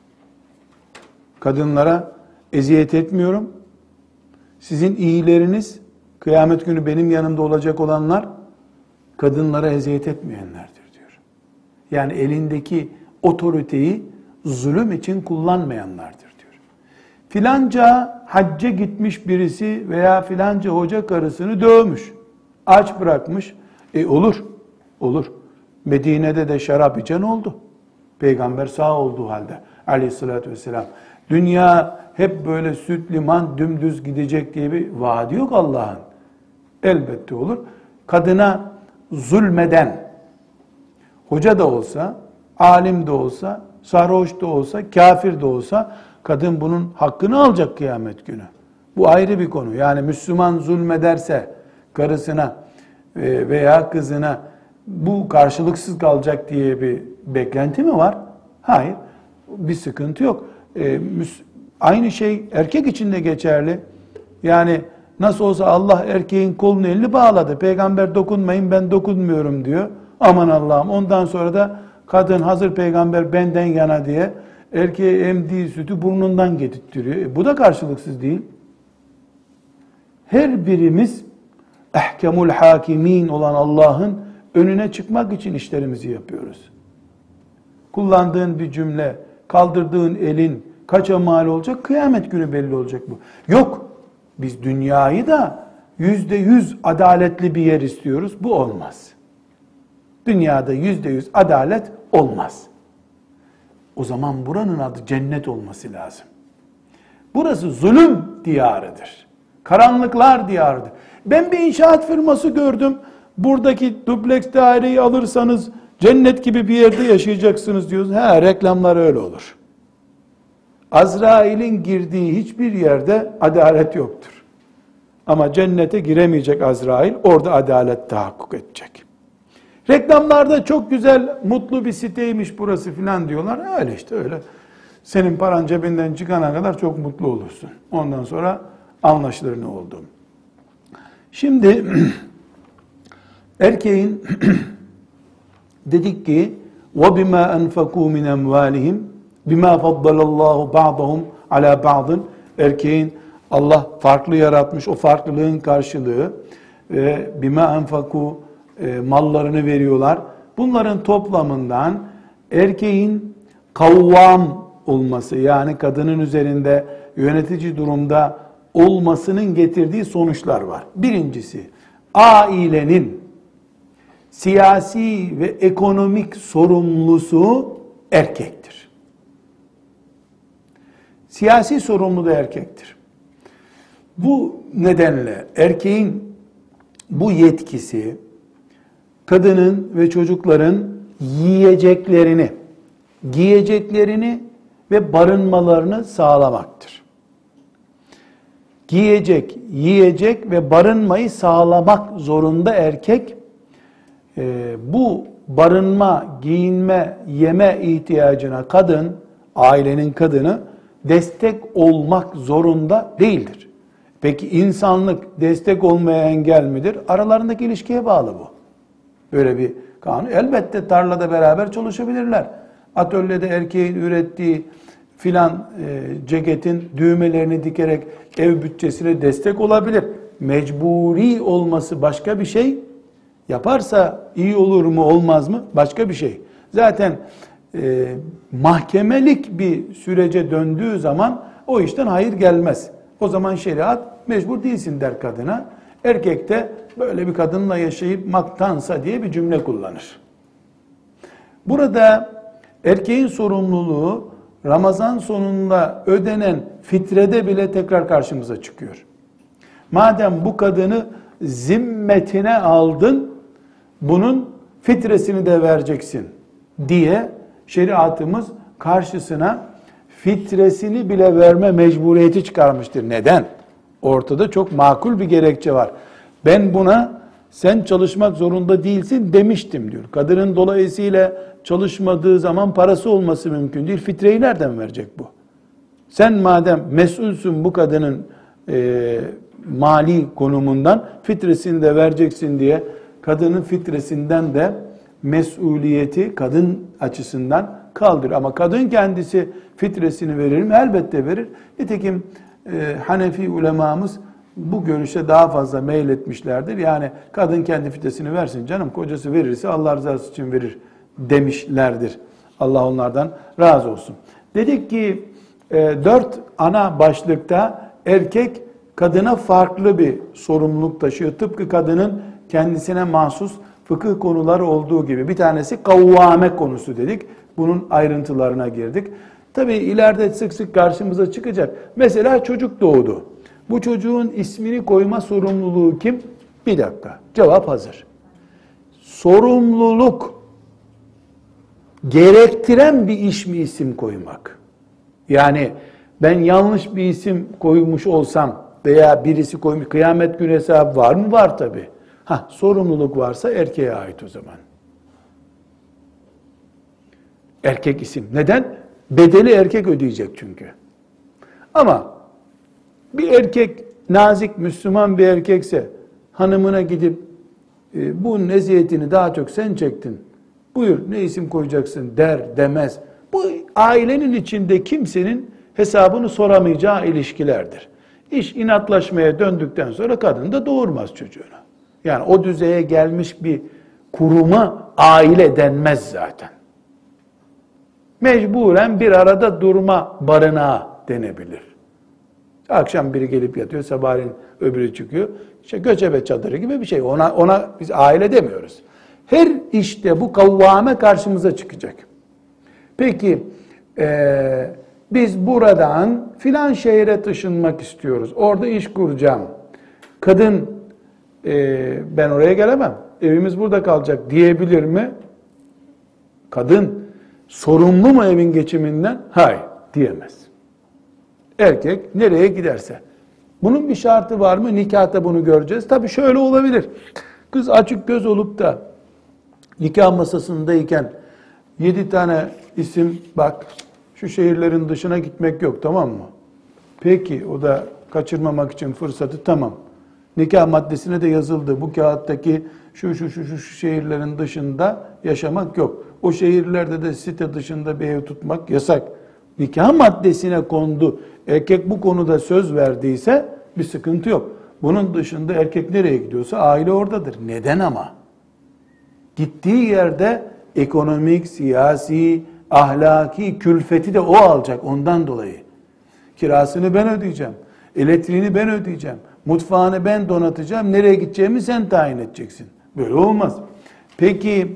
Kadınlara eziyet etmiyorum. Sizin iyileriniz, kıyamet günü benim yanımda olacak olanlar, kadınlara eziyet etmeyenlerdir diyor. Yani elindeki otoriteyi zulüm için kullanmayanlardır diyor. Filanca hacca gitmiş birisi veya filanca hoca karısını dövmüş, aç bırakmış. Olur. Medine'de de şarap içen oldu. Peygamber sağ olduğu halde aleyhissalatü vesselam. Dünya hep böyle süt liman dümdüz gidecek diye bir vaadi yok Allah'ın. Elbette olur. Kadına zulmeden, hoca da olsa, alim de olsa, sarhoş da olsa, kafir de olsa, kadın bunun hakkını alacak kıyamet günü. Bu ayrı bir konu. Yani Müslüman zulmederse karısına veya kızına bu karşılıksız kalacak diye bir beklenti mi var? Hayır. Bir sıkıntı yok. Aynı şey erkek için de geçerli. Yani nasıl olsa Allah erkeğin kolunu elini bağladı. Peygamber dokunmayın, ben dokunmuyorum diyor. Aman Allah'ım, ondan sonra da kadın hazır peygamber benden yana diye erkeğe emdiği sütü burnundan getirtiyor. Bu da karşılıksız değil. Her birimiz ehkemul hakimin olan Allah'ın önüne çıkmak için işlerimizi yapıyoruz. Kullandığın bir cümle, kaldırdığın elin kaça mal olacak? Kıyamet günü belli olacak bu. Yok, biz dünyayı da %100 adaletli bir yer istiyoruz. Bu olmaz. Dünyada %100 adalet olmaz. O zaman buranın adı cennet olması lazım. Burası zulüm diyarıdır. Karanlıklar diyarıdır. Ben bir inşaat firması gördüm. Buradaki dubleks daireyi alırsanız cennet gibi bir yerde yaşayacaksınız diyoruz. Reklamlar öyle olur. Azrail'in girdiği hiçbir yerde adalet yoktur. Ama cennete giremeyecek Azrail, orada adalet tahakkuk edecek. Reklamlarda çok güzel, mutlu bir siteymiş burası filan diyorlar. Öyle işte öyle. Senin paran cebinden çıkana kadar çok mutlu olursun. Ondan sonra anlaşılır ne oldu. Şimdi erkeğin dedik ki وَبِمَا أَنْفَقُوا مِنْ اَمْوَالِهِمْ بِمَا فَضَّلَ اللّٰهُ بَعْضَهُمْ عَلَى بَعْضٍ. Erkeğin Allah farklı yaratmış, o farklılığın karşılığı ve بِمَا أَنْفَقُوا mallarını veriyorlar. Bunların toplamından erkeğin kavvam olması, yani kadının üzerinde yönetici durumda olmasının getirdiği sonuçlar var. Birincisi, ailenin siyasi ve ekonomik sorumlusu erkektir. Siyasi sorumluluğu da erkektir. Bu nedenle erkeğin bu yetkisi kadının ve çocukların yiyeceklerini, giyeceklerini ve barınmalarını sağlamaktır. Giyecek, yiyecek ve barınmayı sağlamak zorunda erkek. Bu barınma, giyinme, yeme ihtiyacına kadın, ailenin kadını destek olmak zorunda değildir. Peki insanlık destek olmaya engel midir? Aralarındaki ilişkiye bağlı bu. Böyle bir kanun. Elbette tarlada beraber çalışabilirler. Atölyede erkeğin ürettiği filan ceketin düğmelerini dikerek ev bütçesine destek olabilir. Mecburi olması başka bir şey. Yaparsa iyi olur mu olmaz mı? Başka bir şey. Zaten mahkemelik bir sürece döndüğü zaman o işten hayır gelmez. O zaman şeriat mecbur değilsin der kadına. Erkek de böyle bir kadınla yaşayıp maktansa diye bir cümle kullanır. Burada erkeğin sorumluluğu Ramazan sonunda ödenen fitrede bile tekrar karşımıza çıkıyor. Madem bu kadını zimmetine aldın, bunun fitresini de vereceksin diye şeriatımız karşısına fitresini bile verme mecburiyeti çıkarmıştır. Neden? Ortada çok makul bir gerekçe var. Ben buna sen çalışmak zorunda değilsin demiştim diyor. Kadının dolayısıyla çalışmadığı zaman parası olması mümkün değil. Fitreyi nereden verecek bu? Sen madem mesulsün bu kadının mali konumundan, fitresini de vereceksin diye kadının fitresinden de mesuliyeti kadın açısından kaldır. Ama kadın kendisi fitresini verir mi? Elbette verir. Nitekim Hanefi ulemamız bu görüşe daha fazla meyletmişlerdir. Yani kadın kendi fitresini versin canım, kocası verirse Allah rızası için verir demişlerdir. Allah onlardan razı olsun. Dedik ki 4 ana başlıkta erkek kadına farklı bir sorumluluk taşıyor. Tıpkı kadının kendisine mahsus fıkıh konuları olduğu gibi. Bir tanesi kavvame konusu dedik. Bunun ayrıntılarına girdik. Tabii ileride sık sık karşımıza çıkacak. Mesela çocuk doğdu. Bu çocuğun ismini koyma sorumluluğu kim? Bir dakika. Cevap hazır. Sorumluluk gerektiren bir iş mi isim koymak? Yani ben yanlış bir isim koymuş olsam veya birisi koymuş, kıyamet günü hesabı var mı? Var tabii. Sorumluluk varsa erkeğe ait o zaman. Erkek isim. Neden? Bedeli erkek ödeyecek çünkü. Ama bir erkek nazik, Müslüman bir erkekse hanımına gidip bu eziyetini daha çok sen çektin, buyur ne isim koyacaksın der demez. Bu ailenin içinde kimsenin hesabını soramayacağı ilişkilerdir. İş inatlaşmaya döndükten sonra kadın da doğurmaz çocuğunu. Yani o düzeye gelmiş bir kuruma aile denmez zaten. Mecburen bir arada durma barınağı denebilir. Akşam biri gelip yatıyor, sabahleyin öbürü çıkıyor. İşte göçebe çadırı gibi bir şey. Ona biz aile demiyoruz. Her işte bu kavvame karşımıza çıkacak. Peki biz buradan filan şehre taşınmak istiyoruz. Orada iş kuracağım. Kadın ben oraya gelemem. Evimiz burada kalacak diyebilir mi? Kadın sorumlu mu evin geçiminden? Hayır, diyemez. Erkek nereye giderse. Bunun bir şartı var mı? Nikahta bunu göreceğiz. Tabii şöyle olabilir. Kız açık göz olup da nikah masasındayken 7 tane isim, bak şu şehirlerin dışına gitmek yok, tamam mı? Peki, o da kaçırmamak için fırsatı, tamam. Nikah maddesine de yazıldı. Bu kağıttaki şu şehirlerin dışında yaşamak yok. O şehirlerde de site dışında bir ev tutmak yasak. Nikah maddesine kondu. Erkek bu konuda söz verdiyse bir sıkıntı yok. Bunun dışında erkek nereye gidiyorsa aile oradadır. Neden ama? Gittiği yerde ekonomik, siyasi, ahlaki külfeti de o alacak ondan dolayı. Kirasını ben ödeyeceğim. Elektriğini ben ödeyeceğim. Mutfağını ben donatacağım. Nereye gideceğimi sen tayin edeceksin. Böyle olmaz. Peki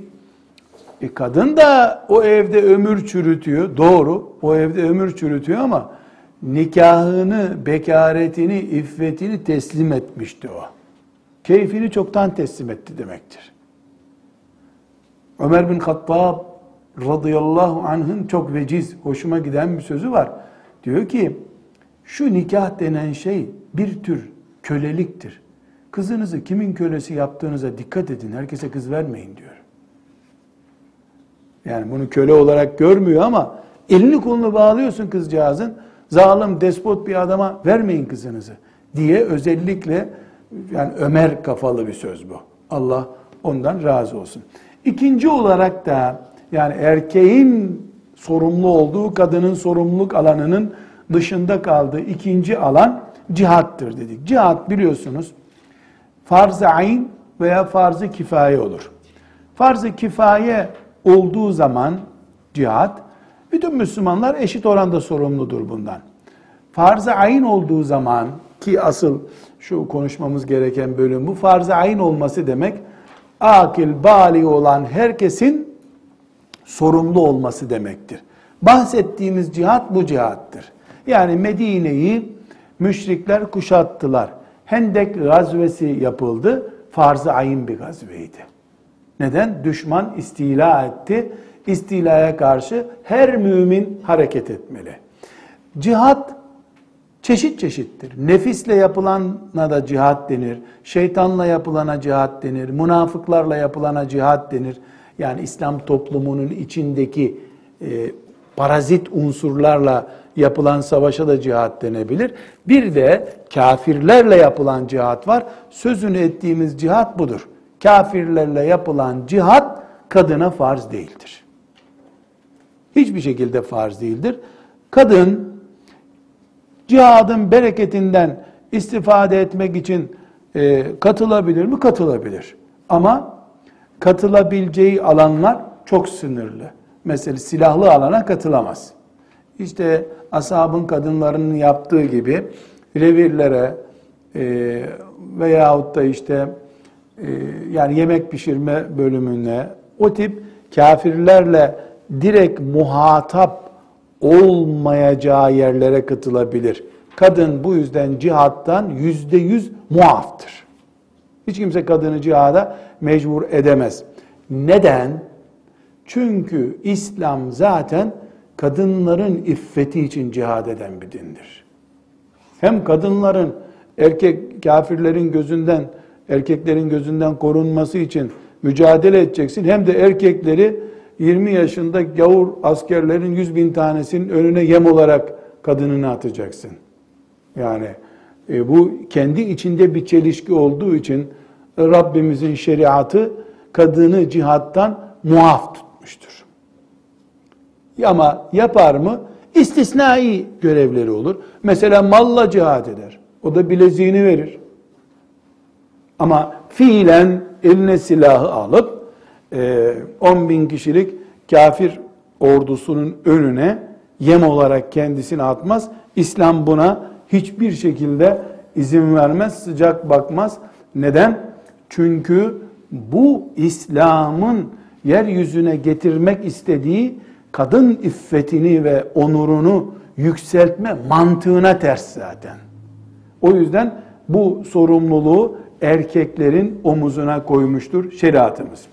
kadın da o evde ömür çürütüyor. Doğru. O evde ömür çürütüyor ama nikahını, bekaretini, iffetini teslim etmişti o. Keyfini çoktan teslim etti demektir. Ömer bin Hattab radıyallahu anh'ın çok veciz, hoşuma giden bir sözü var. Diyor ki, şu nikah denen şey bir tür köleliktir. Kızınızı kimin kölesi yaptığınıza dikkat edin, herkese kız vermeyin diyor. Yani bunu köle olarak görmüyor ama elini kolunu bağlıyorsun kızcağızın, zalim, despot bir adama vermeyin kızınızı diye özellikle, yani Ömer kafalı bir söz bu. Allah ondan razı olsun. İkinci olarak da yani erkeğin sorumlu olduğu, kadının sorumluluk alanının dışında kaldığı ikinci alan cihattır dedik. Cihat biliyorsunuz farz-ı ayn veya farz-ı kifaye olur. Farz-ı kifaye olduğu zaman cihat, bütün Müslümanlar eşit oranda sorumludur bundan. Farz-ı ayn olduğu zaman, ki asıl şu konuşmamız gereken bölüm bu, farz-ı ayn olması demek, akil, bâli olan herkesin sorumlu olması demektir. Bahsettiğimiz cihat bu cihattır. Yani Medine'yi müşrikler kuşattılar. Hendek gazvesi yapıldı. Farz-ı ayn bir gazveydi. Neden? Düşman istila etti. İstilaya karşı her mümin hareket etmeli. Cihat çeşit çeşittir. Nefisle yapılana da cihat denir. Şeytanla yapılana cihat denir. Münafıklarla yapılana cihat denir. Yani İslam toplumunun içindeki parazit unsurlarla yapılan savaşa da cihat denebilir. Bir de kafirlerle yapılan cihat var. Sözünü ettiğimiz cihat budur. Kafirlerle yapılan cihat kadına farz değildir. Hiçbir şekilde farz değildir. Kadın cihadın bereketinden istifade etmek için katılabilir mi? Katılabilir. Ama katılabileceği alanlar çok sınırlı. Mesela silahlı alana katılamaz. İşte ashabın kadınlarının yaptığı gibi revirlere veyahut da işte yani yemek pişirme bölümüne, o tip kafirlerle direkt muhatap olmayacağı yerlere katılabilir. Kadın bu yüzden cihattan %100 muaftır. Hiç kimse kadını cihada mecbur edemez. Neden? Çünkü İslam zaten kadınların iffeti için cihad eden bir dindir. Hem kadınların kafirlerin gözünden, erkeklerin gözünden korunması için mücadele edeceksin, hem de erkekleri 20 yaşında gavur askerlerin 100.000 tanesinin önüne yem olarak kadınını atacaksın. Yani bu kendi içinde bir çelişki olduğu için Rabbimizin şeriatı kadını cihattan muaf tutmuştur. Ama yapar mı? İstisnai görevleri olur. Mesela malla cihat eder. O da bileziğini verir. Ama fiilen eline silahı alıp 10.000 kişilik kafir ordusunun önüne yem olarak kendisini atmaz. İslam buna hiçbir şekilde izin vermez, sıcak bakmaz. Neden? Çünkü bu İslam'ın yeryüzüne getirmek istediği kadın iffetini ve onurunu yükseltme mantığına ters zaten. O yüzden bu sorumluluğu erkeklerin omuzuna koymuştur şeriatımız.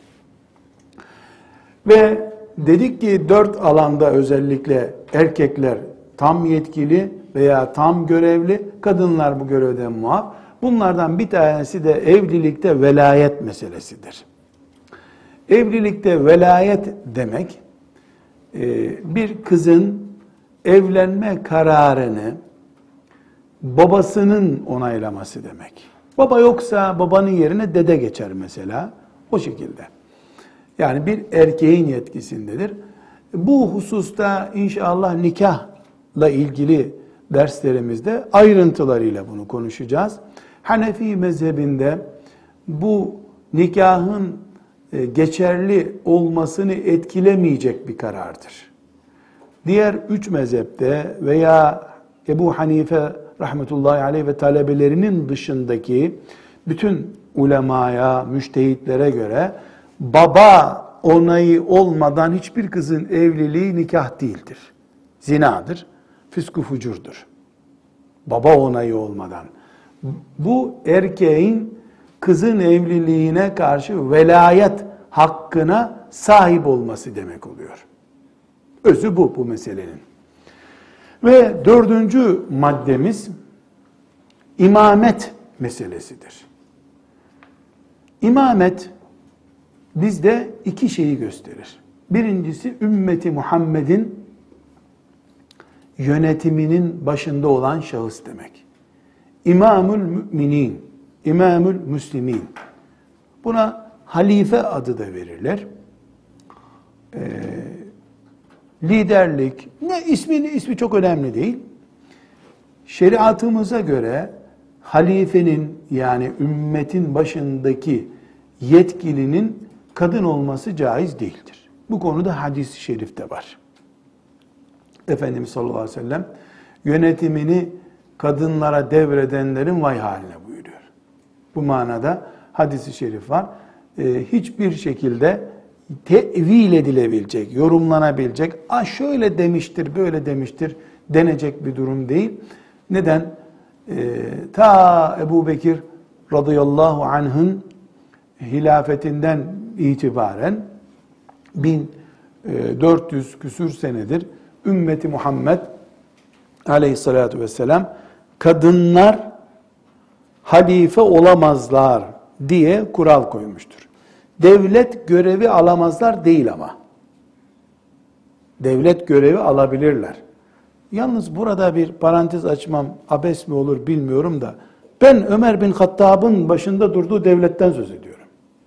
Ve dedik ki 4 alanda özellikle erkekler tam yetkili veya tam görevli, kadınlar bu görevden muaf. Bunlardan bir tanesi de evlilikte velayet meselesidir. Evlilikte velayet demek, bir kızın evlenme kararını babasının onaylaması demek. Baba yoksa babanın yerine dede geçer mesela, o şekilde. Yani bir erkeğin yetkisindedir. Bu hususta inşallah nikahla ilgili derslerimizde ayrıntılarıyla bunu konuşacağız. Hanefi mezhebinde bu nikahın geçerli olmasını etkilemeyecek bir karardır. Diğer 3 mezhepte veya Ebu Hanife rahmetullahi aleyh ve talebelerinin dışındaki bütün ulemaya, müştehitlere göre baba onayı olmadan hiçbir kızın evliliği nikah değildir. Zinadır, füsku fucurdur. baba onayı olmadan. Bu erkeğin kızın evliliğine karşı velayet hakkına sahip olması demek oluyor. Özü bu meselenin. Ve dördüncü maddemiz imamet meselesidir. İmamet bizde iki şeyi gösterir. Birincisi ümmeti Muhammed'in yönetiminin başında olan şahıs demek. İmamül müminin, İmamül müslimin. Buna halife adı da verirler. Liderlik, ismi çok önemli değil. Şeriatımıza göre halifenin yani ümmetin başındaki yetkilinin kadın olması caiz değildir. Bu konuda hadis-i şerifte var. Efendimiz sallallahu aleyhi ve sellem yönetimini kadınlara devredenlerin vay haline buyuruyor. Bu manada hadis-i şerif var. Hiçbir şekilde tevil edilebilecek, yorumlanabilecek, şöyle demiştir, böyle demiştir denecek bir durum değil. Neden? Ta Ebu Bekir radıyallahu anh'ın hilafetinden itibaren 1400 küsür senedir ümmeti Muhammed aleyhissalatu vesselam kadınlar halife olamazlar diye kural koymuştur. Devlet görevi alamazlar değil ama. Devlet görevi alabilirler. Yalnız burada bir parantez açmam abes mi olur bilmiyorum da ben Ömer bin Hattab'ın başında durduğu devletten söz ediyorum.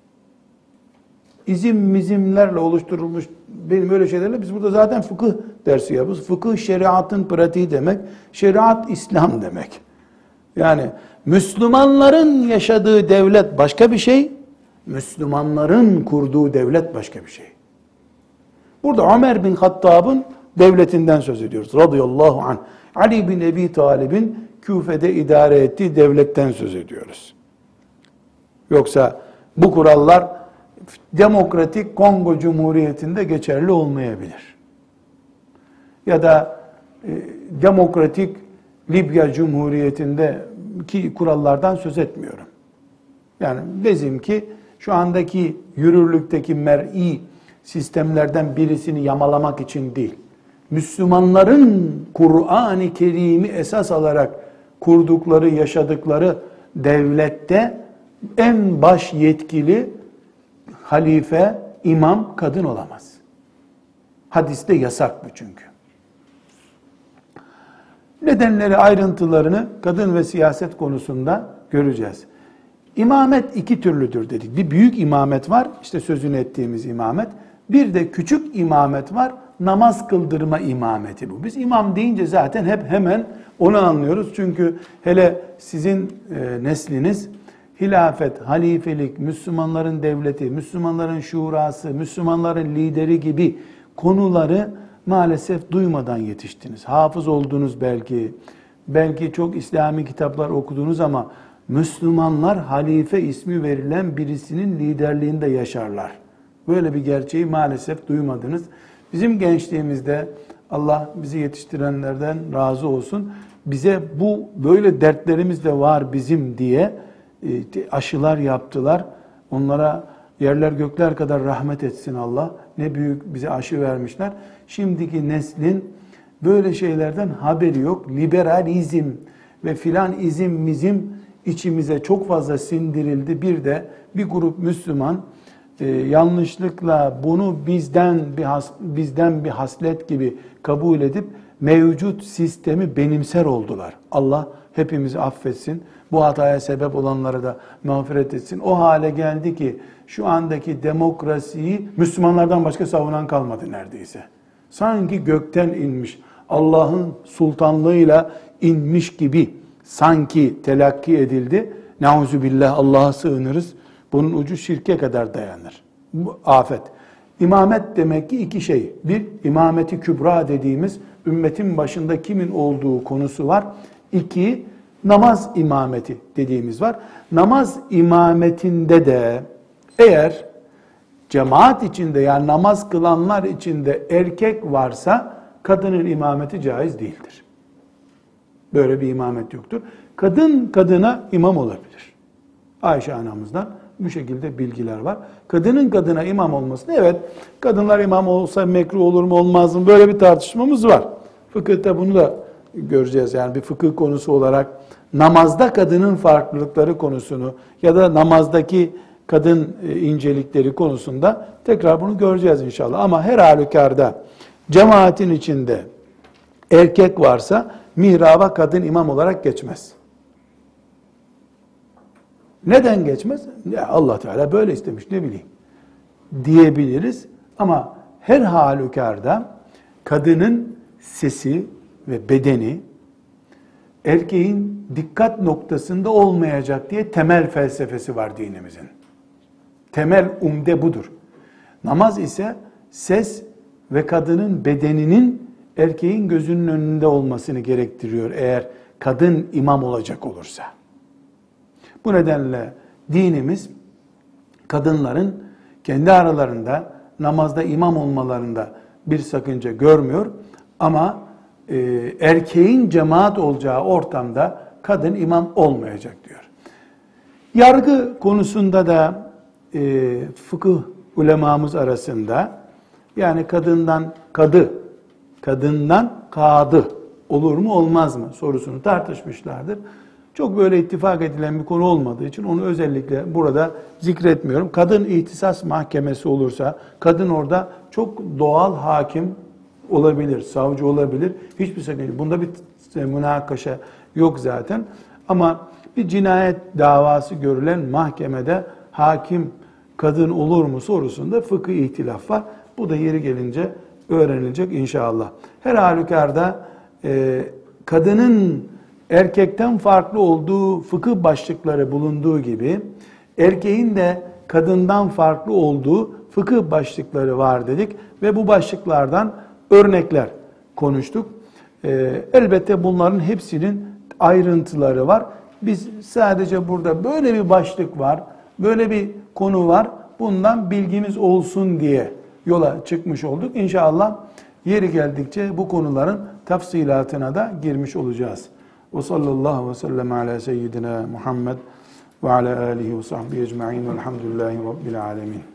İzimlerle oluşturulmuş benim böyle şeylerle biz burada zaten fıkıh dersi yapıyoruz. Fıkıh şeriatın pratiği demek. Şeriat İslam demek. Yani Müslümanların yaşadığı devlet başka bir şey. Müslümanların kurduğu devlet başka bir şey. Burada Ömer bin Hattab'ın devletinden söz ediyoruz. Radıyallahu anh. Ali bin Ebi Talib'in Küfe'de idare ettiği devletten söz ediyoruz. Yoksa bu kurallar Demokratik Kongo Cumhuriyeti'nde geçerli olmayabilir. Ya da Demokratik Libya Cumhuriyeti'ndeki kurallardan söz etmiyorum. Yani bizimki şu andaki yürürlükteki mer'i sistemlerden birisini yamalamak için değil. Müslümanların Kur'an-ı Kerim'i esas alarak kurdukları, yaşadıkları devlette en baş yetkili halife, imam kadın olamaz. Hadiste yasak bu çünkü. Nedenleri, ayrıntılarını kadın ve siyaset konusunda göreceğiz. İmamet iki türlüdür dedik. Bir büyük imamet var, işte sözünü ettiğimiz imamet. Bir de küçük imamet var, namaz kıldırma imameti bu. Biz imam deyince zaten hemen onu anlıyoruz. Çünkü hele sizin nesliniz hilafet, halifelik, Müslümanların devleti, Müslümanların şurası, Müslümanların lideri gibi konuları maalesef duymadan yetiştiniz. Hafız oldunuz belki çok İslami kitaplar okudunuz ama Müslümanlar halife ismi verilen birisinin liderliğinde yaşarlar. Böyle bir gerçeği maalesef duymadınız. Bizim gençliğimizde Allah bizi yetiştirenlerden razı olsun. Bize bu böyle dertlerimiz de var bizim diye aşılar yaptılar. Onlara yerler gökler kadar rahmet etsin Allah. Ne büyük bize aşı vermişler. Şimdiki neslin böyle şeylerden haberi yok. Liberalizm ve filan izm içimize çok fazla sindirildi. Bir de bir grup Müslüman yanlışlıkla bunu bizden bir haslet gibi kabul edip mevcut sistemi benimser oldular. Allah hepimizi affetsin. Bu hataya sebep olanlara da mağfiret etsin. O hale geldi ki şu andaki demokrasiyi Müslümanlardan başka savunan kalmadı neredeyse. Sanki gökten inmiş, Allah'ın sultanlığıyla inmiş gibi sanki telakki edildi. Nauzubillah, Allah'a sığınırız. Bunun ucu şirke kadar dayanır. Bu afet. İmamet demek ki iki şey. Bir, imameti kübra dediğimiz ümmetin başında kimin olduğu konusu var. İki, namaz imameti dediğimiz var. Namaz imametinde de eğer cemaat içinde yani namaz kılanlar içinde erkek varsa kadının imameti caiz değildir. Böyle bir imamet yoktur. Kadın kadına imam olabilir. Ayşe anamızdan bu şekilde bilgiler var. Kadının kadına imam olmasını, evet, kadınlar imam olsa mekruh olur mu olmaz mı, böyle bir tartışmamız var. Fıkıhta bunu da göreceğiz. Yani bir fıkıh konusu olarak namazda kadının farklılıkları konusunu ya da namazdaki kadın incelikleri konusunda tekrar bunu göreceğiz inşallah. Ama her halükarda cemaatin içinde erkek varsa mihraba kadın imam olarak geçmez. Neden geçmez? Ya Allah Teala böyle istemiş, ne bileyim diyebiliriz. Ama her halükarda kadının sesi ve bedeni erkeğin dikkat noktasında olmayacak diye temel felsefesi var dinimizin. Temel umde budur. Namaz ise ses ve kadının bedeninin erkeğin gözünün önünde olmasını gerektiriyor eğer kadın imam olacak olursa. Bu nedenle dinimiz kadınların kendi aralarında namazda imam olmalarında bir sakınca görmüyor ama erkeğin cemaat olacağı ortamda kadın imam olmayacak diyor. Yargı konusunda da fıkıh ulemamız arasında yani kadından kadı olur mu olmaz mı sorusunu tartışmışlardır. Çok böyle ittifak edilen bir konu olmadığı için onu özellikle burada zikretmiyorum. Kadın ihtisas mahkemesi olursa kadın orada çok doğal hakim olabilir, savcı olabilir. Hiçbir sakınca. Bunda bir münakaşa yok zaten. Ama bir cinayet davası görülen mahkemede hakim kadın olur mu sorusunda fıkıh ihtilaf var. Bu da yeri gelince öğrenilecek inşallah. Her halükarda kadının erkekten farklı olduğu fıkıh başlıkları bulunduğu gibi erkeğin de kadından farklı olduğu fıkıh başlıkları var dedik ve bu başlıklardan örnekler konuştuk. Elbette bunların hepsinin ayrıntıları var. Biz sadece burada böyle bir başlık var, böyle bir konu var, bundan bilgimiz olsun diye yola çıkmış olduk. İnşallah yeri geldikçe bu konuların tafsilatına da girmiş olacağız. Ve sallallahu ve sellem ala seyyidina Muhammed ve ala alihi ve sahbihi ecma'in velhamdülillahi rabbil alemin.